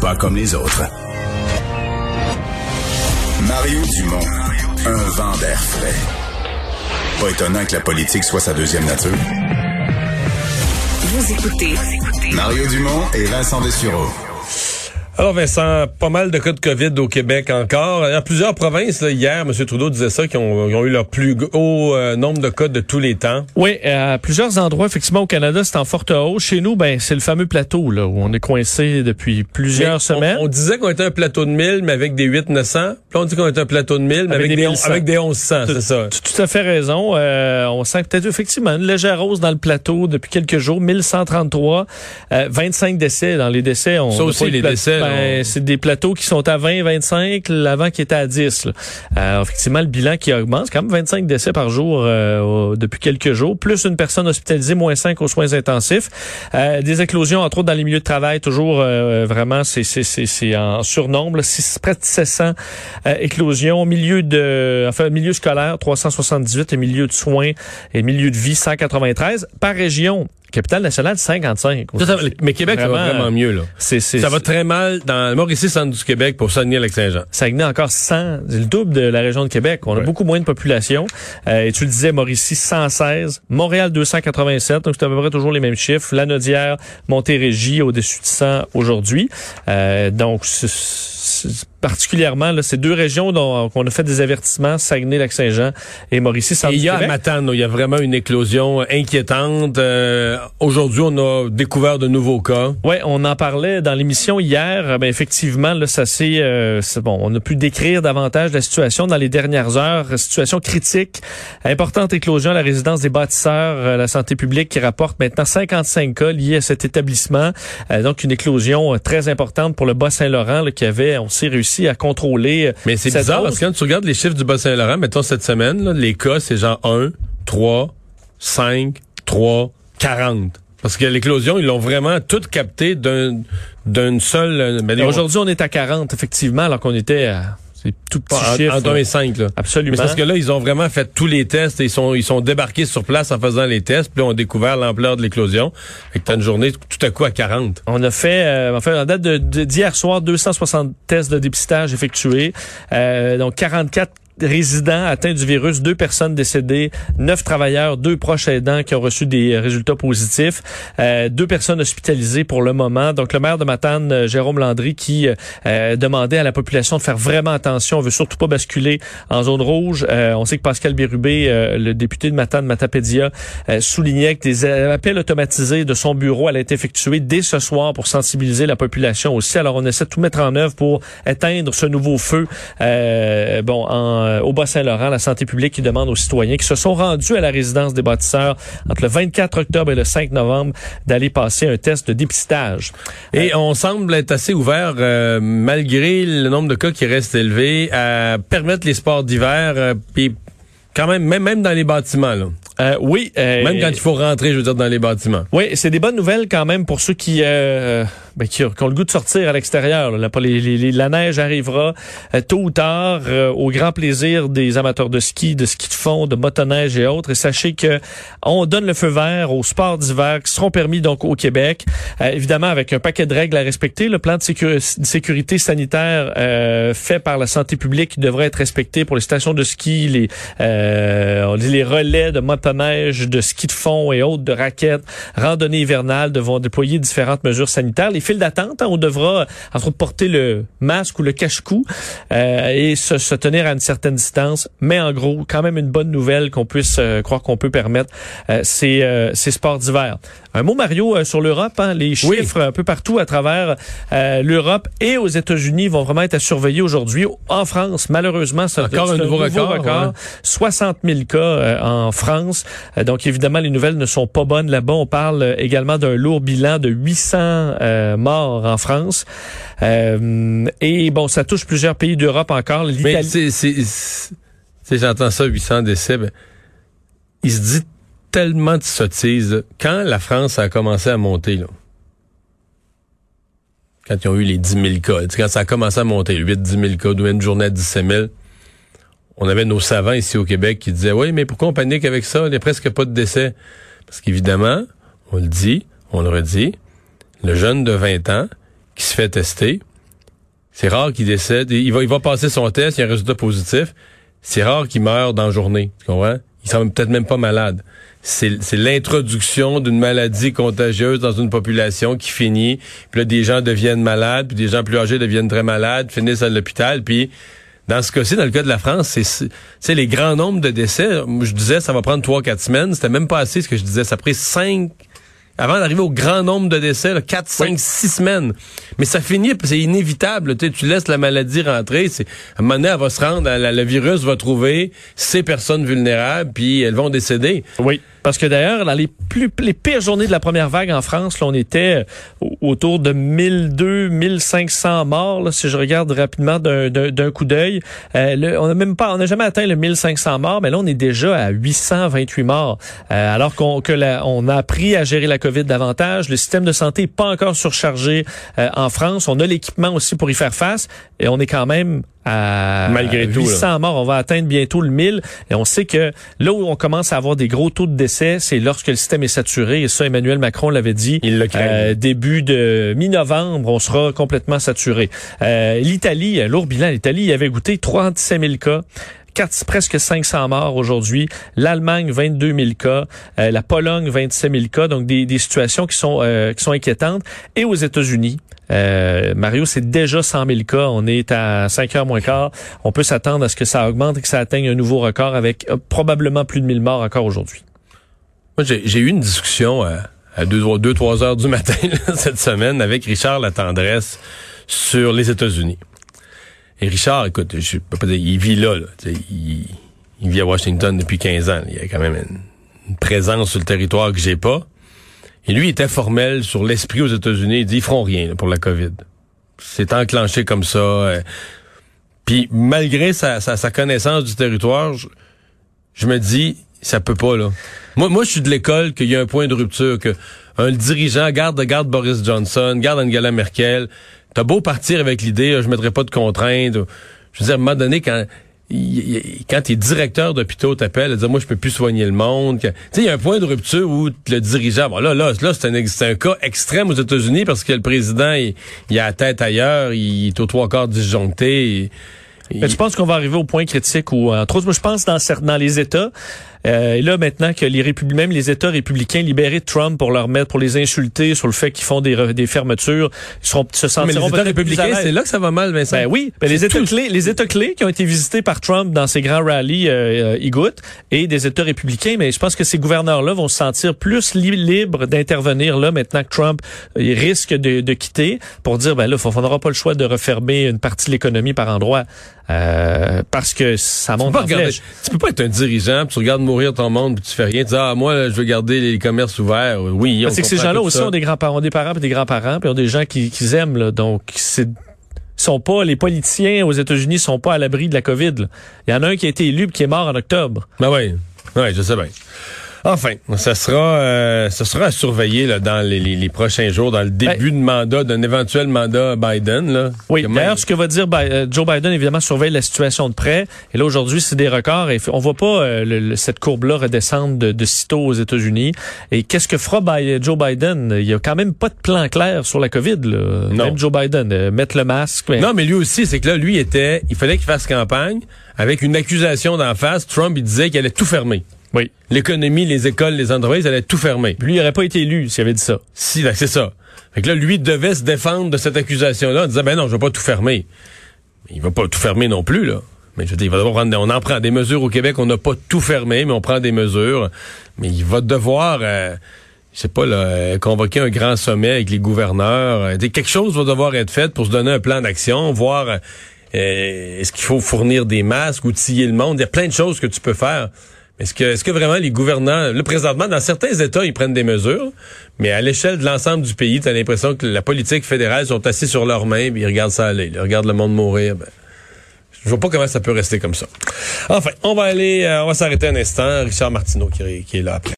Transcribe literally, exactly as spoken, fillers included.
pas comme les autres. Mario Dumont, un vent d'air frais. Pas étonnant que la politique soit sa deuxième nature. Vous écoutez Mario Dumont et Vincent Dessureau. Alors Vincent, pas mal de cas de COVID au Québec encore. Dans plusieurs provinces, là, hier, M. Trudeau disait ça, qu'ils ont, ils ont eu leur plus haut euh, nombre de cas de tous les temps. Oui, à plusieurs endroits, effectivement, au Canada, c'est en forte hausse. Chez nous, ben c'est le fameux plateau là où on est coincé depuis plusieurs mais semaines. On, on disait qu'on était un plateau de mille, mais avec des huit neuf cents. Puis là, on dit qu'on était un plateau de mille, mais avec, avec des, des avec des onze cents, c'est ça. Tu as tout à fait raison. Euh, on sent peut-être effectivement une légère hausse dans le plateau depuis quelques jours. mille cent trente-trois, euh, vingt-cinq décès. Dans les décès, on ça aussi, les décès, ben, on... c'est des plateaux qui sont à vingt, vingt-cinq, l'avant qui était à dix. Là. Euh, effectivement, le bilan qui augmente, c'est quand même vingt-cinq décès par jour euh, depuis quelques jours, plus une personne hospitalisée, moins cinq aux soins intensifs. Euh, des éclosions, entre autres, dans les milieux de travail, toujours euh, vraiment, c'est, c'est, c'est, c'est en surnombre, là, six, près de sept cents euh, éclosions. Milieu de, enfin, milieu scolaire, trois cent soixante-dix-huit, et milieu de soins et milieu de vie, cent quatre-vingt-treize. Par région, Capitale-Nationale, cinquante-cinq. Ça, ça, mais Québec, vraiment, ça va vraiment mieux, là. C'est, c'est, ça va très mal dans Mauricie, centre du Québec, pour Saguenay-Lac-Saint-Jean. Saguenay, encore cent, c'est le double de la région de Québec. On a ouais. beaucoup moins de population. Euh, et tu le disais, Mauricie, cent seize. Montréal, deux cent quatre-vingt-sept. Donc, c'est à peu près toujours les mêmes chiffres. Lanaudière, Montérégie, au-dessus de cent aujourd'hui. Euh, donc, c'est, c'est particulièrement, là, ces deux régions dont on a fait des avertissements, Saguenay-Lac-Saint-Jean et Mauricie, centre du Québec. Et il y a à Matane, il y a vraiment une éclosion inquiétante. Euh, aujourd'hui, on a découvert de nouveaux cas. Oui, on en parlait dans l'émission hier. Ben, effectivement, là, ça c'est, euh, c'est bon. On a pu décrire davantage la situation dans les dernières heures. Situation critique. Importante éclosion à la résidence des bâtisseurs, euh, la santé publique qui rapporte maintenant cinquante-cinq cas liés à cet établissement. Euh, donc, une éclosion euh, très importante pour le Bas-Saint-Laurent là, qui avait, on s'est réussi à contrôler. Mais c'est bizarre dose. Parce que quand tu regardes les chiffres du Bas-Saint-Laurent, mettons cette semaine, là, les cas, c'est genre un, trois, cinq, trois, quarante. Parce que l'éclosion, ils l'ont vraiment tout capté d'un, d'une seule... Ben, aujourd'hui, on est à quarante, effectivement, alors qu'on était à... C'est tout petit en, chiffre. En un et cinq, là. Absolument. Mais c'est parce que là, ils ont vraiment fait tous les tests et ils sont, ils sont débarqués sur place en faisant les tests. Puis là, on a découvert l'ampleur de l'éclosion. Fait que t'as une journée tout à coup à quarante. On a fait, euh, en fait, en date de, de, d'hier soir, deux cent soixante tests de dépistage effectués. Euh, donc, quarante-quatre résidents atteints du virus, deux personnes décédées, neuf travailleurs, deux proches aidants qui ont reçu des résultats positifs, euh, deux personnes hospitalisées pour le moment. Donc, le maire de Matane, Jérôme Landry, qui euh, demandait à la population de faire vraiment attention. On veut surtout pas basculer en zone rouge. Euh, on sait que Pascal Bérubé, euh, le député de Matane, Matapédia, euh, soulignait que des appels automatisés de son bureau allaient être effectués dès ce soir pour sensibiliser la population aussi. Alors, on essaie de tout mettre en œuvre pour éteindre ce nouveau feu, euh, bon, en au Bas-Saint-Laurent, la santé publique qui demande aux citoyens qui se sont rendus à la résidence des bâtisseurs entre le vingt-quatre octobre et le cinq novembre d'aller passer un test de dépistage. Et euh, on semble être assez ouvert, euh, malgré le nombre de cas qui reste élevé, à permettre les sports d'hiver, euh, puis quand même, même, même dans les bâtiments, là. Euh, oui. Euh, Même quand il faut rentrer, je veux dire, dans les bâtiments. Oui, c'est des bonnes nouvelles quand même pour ceux qui, euh, ben, qui, qui ont le goût de sortir à l'extérieur. Là. Les, les, les, la neige arrivera euh, tôt ou tard, euh, au grand plaisir des amateurs de ski, de ski de fond, de motoneige et autres. Et sachez que on donne le feu vert aux sports d'hiver qui seront permis donc au Québec, euh, évidemment avec un paquet de règles à respecter. Le plan de, sécu- de sécurité sanitaire euh, fait par la santé publique devrait être respecté pour les stations de ski, les, euh, on dit les relais de motoneige, de ski de fond et autres, de raquettes, randonnées hivernales devront déployer différentes mesures sanitaires. Les files d'attente, hein, on devra entre autres porter le masque ou le cache-cou euh, et se, se tenir à une certaine distance. Mais en gros, quand même une bonne nouvelle qu'on puisse euh, croire qu'on peut permettre euh, ces, euh, ces sports d'hiver. Un mot, Mario, euh, sur l'Europe. Hein, les chiffres oui. un peu partout à travers euh, l'Europe et aux États-Unis vont vraiment être à surveiller aujourd'hui. En France, malheureusement, c'est encore un, un nouveau, nouveau record. record ouais. soixante mille cas euh, en France. Euh, donc, évidemment, les nouvelles ne sont pas bonnes là-bas. On parle euh, également d'un lourd bilan de huit cents euh, morts en France. Euh, et bon, ça touche plusieurs pays d'Europe encore. L'Italie. Mais c'est, c'est, c'est, j'entends ça, huit cents décès. Ben, il se dit tellement de sottises. Quand la France a commencé à monter, là, quand ils ont eu les dix mille cas, quand ça a commencé à monter, huit à dix mille cas, une journée à dix-sept mille, on avait nos savants ici au Québec qui disaient « Oui, mais pourquoi on panique avec ça? Il n'y a presque pas de décès. » Parce qu'évidemment, on le dit, on le redit, le jeune de vingt ans qui se fait tester, C'est rare qu'il décède. Il va, il va passer son test, il y a un résultat positif. C'est rare qu'il meure dans la journée. Tu comprends? Il semble peut-être même pas malade. C'est, c'est l'introduction d'une maladie contagieuse dans une population qui finit. Puis là, des gens deviennent malades, puis des gens plus âgés deviennent très malades, finissent à l'hôpital. Puis dans ce cas-ci, dans le cas de la France, c'est, c'est les grands nombres de décès. Je disais, ça va prendre trois, quatre semaines. C'était même pas assez ce que je disais. Ça a pris cinq... Avant d'arriver au grand nombre de décès, là, quatre, cinq, six semaines. Mais ça finit, c'est inévitable. Tu, tu laisses la maladie rentrer. C'est, à un moment donné, elle va se rendre, la, le virus va trouver ces personnes vulnérables, puis elles vont décéder. Oui. Parce que d'ailleurs, dans les plus les pires journées de la première vague en France, là, on était autour de mille deux cents, mille cinq cents morts, là, si je regarde rapidement d'un, d'un, d'un coup d'œil. Euh, le, on n'a même pas, on n'a jamais atteint le mille cinq cents morts, mais là, on est déjà à huit cent vingt-huit morts. Euh, alors qu'on que la, on a appris à gérer la COVID davantage. Le système de santé n'est pas encore surchargé euh, en France. On a l'équipement aussi pour y faire face. Et on est quand même à malgré huit cents tout, là. morts. On va atteindre bientôt le mille. Et on sait que là où on commence à avoir des gros taux de décès, c'est lorsque le système est saturé. Et ça, Emmanuel Macron l'avait dit. Il l'a craint. Euh, début de mi-novembre, on sera complètement saturé. Euh, L'Italie, lourd bilan, l'Italie y avait goûté trente-sept mille cas. Quatre, presque cinq cents morts aujourd'hui. L'Allemagne, vingt-deux mille cas. Euh, la Pologne, vingt-sept mille cas. Donc, des, des situations qui sont, euh, qui sont inquiétantes. Et aux États-Unis, euh, Mario, c'est déjà cent mille cas. On est à cinq heures moins quart. On peut s'attendre à ce que ça augmente et que ça atteigne un nouveau record avec euh, probablement plus de mille morts encore aujourd'hui. Moi, j'ai, j'ai eu une discussion à, à deux, trois heures du matin là, cette semaine avec Richard Latendresse sur les États-Unis. Et Richard, écoute, je peux pas dire, il vit là, là il, il vit à Washington depuis quinze ans. Il y a quand même une, une présence sur le territoire que j'ai pas. Et lui, il était formel sur l'esprit aux États-Unis. Il dit, ils feront rien là, pour la COVID. C'est enclenché comme ça. Euh, Puis malgré sa, sa, sa connaissance du territoire, je, je me dis, ça peut pas, là. Moi, moi, je suis de l'école qu'il y a un point de rupture, que un dirigeant garde, garde Boris Johnson, garde Angela Merkel. T'as beau partir avec l'idée, je mettrai pas de contraintes. Je veux dire, à un moment donné, quand quand t'es directeur d'hôpital, t'appelles, à dire, moi, je peux plus soigner le monde. Tu sais, il y a un point de rupture où le dirigeant, bon, là, là, là, c'est un, c'est un cas extrême aux États-Unis parce que le président, il, il a la tête ailleurs, il est aux trois quarts disjoncté. Et, Mais tu penses qu'on va arriver au point critique où, entre autres, moi, je pense dans, dans les États, euh, et là, maintenant que les républicains, même les États républicains libérés de Trump pour leur mettre, pour les insulter sur le fait qu'ils font des, des fermetures, ils seront, se sentiront mais les États républicains, c'est là que ça va mal, Vincent. Ben oui, ben les États tout. clés, les États clés qui ont été visités par Trump dans ses grands rallyes, euh, il goûte, et des États républicains, mais je pense que ces gouverneurs-là vont se sentir plus li- libres d'intervenir là, maintenant que Trump il risque de, de quitter, pour dire, ben là, on n'aura pas le choix de refermer une partie de l'économie par endroit. Euh, parce que ça monte en flèche. Tu peux pas être un dirigeant, puis tu regardes mourir ton monde, puis tu fais rien. Tu dis, ah, moi, là, je veux garder les commerces ouverts. Oui, on c'est que ces gens-là aussi ça. ont des grands-parents, ont des parents, puis des grands-parents, puis ont des gens qui, qui aiment. Là, donc, c'est sont pas les politiciens aux États-Unis sont pas à l'abri de la COVID. Là. Il y en a un qui a été élu, puis qui est mort en octobre. Ben oui, ouais, je sais bien. Enfin, ça sera, euh, ça sera à surveiller là, dans les, les, les prochains jours, dans le début ben, de mandat, d'un éventuel mandat Biden. Là. Oui, d'ailleurs, ce que va dire euh, Joe Biden, évidemment, surveille la situation de près. Et là, aujourd'hui, c'est des records. Et on voit pas euh, le, le, cette courbe-là redescendre de, de sitôt aux États-Unis. Et qu'est-ce que fera By- Joe Biden? Il y a quand même pas de plan clair sur la COVID. Là. Non. Même Joe Biden, euh, mettre le masque. Mais... Non, mais lui aussi, c'est que là, lui était, il fallait qu'il fasse campagne avec une accusation d'en face. Trump, il disait qu'il allait tout fermer. Oui. L'économie, les écoles, les entreprises, allaient tout fermer. Lui, il n'aurait pas été élu s'il avait dit ça. Si, ben, c'est ça. Fait que là, lui devait se défendre de cette accusation-là en disant, ben non, je vais pas tout fermer. Mais il va pas tout fermer non plus, là. Mais je veux dire, il va devoir prendre, on en prend des mesures au Québec, on n'a pas tout fermé, mais on prend des mesures. Mais il va devoir, euh, je sais pas, là, convoquer un grand sommet avec les gouverneurs. Euh, quelque chose va devoir être fait pour se donner un plan d'action, voir, euh, est-ce qu'il faut fournir des masques, outiller le monde. Il y a plein de choses que tu peux faire. Est-ce que, est-ce que vraiment les gouvernants, là, présentement, dans certains États, ils prennent des mesures, mais à l'échelle de l'ensemble du pays, tu as l'impression que la politique fédérale sont assis sur leurs mains, puis ils regardent ça aller, ils regardent le monde mourir. Ben, je vois pas comment ça peut rester comme ça. Enfin, on va aller, euh, on va s'arrêter un instant. Richard Martineau qui, qui est là après.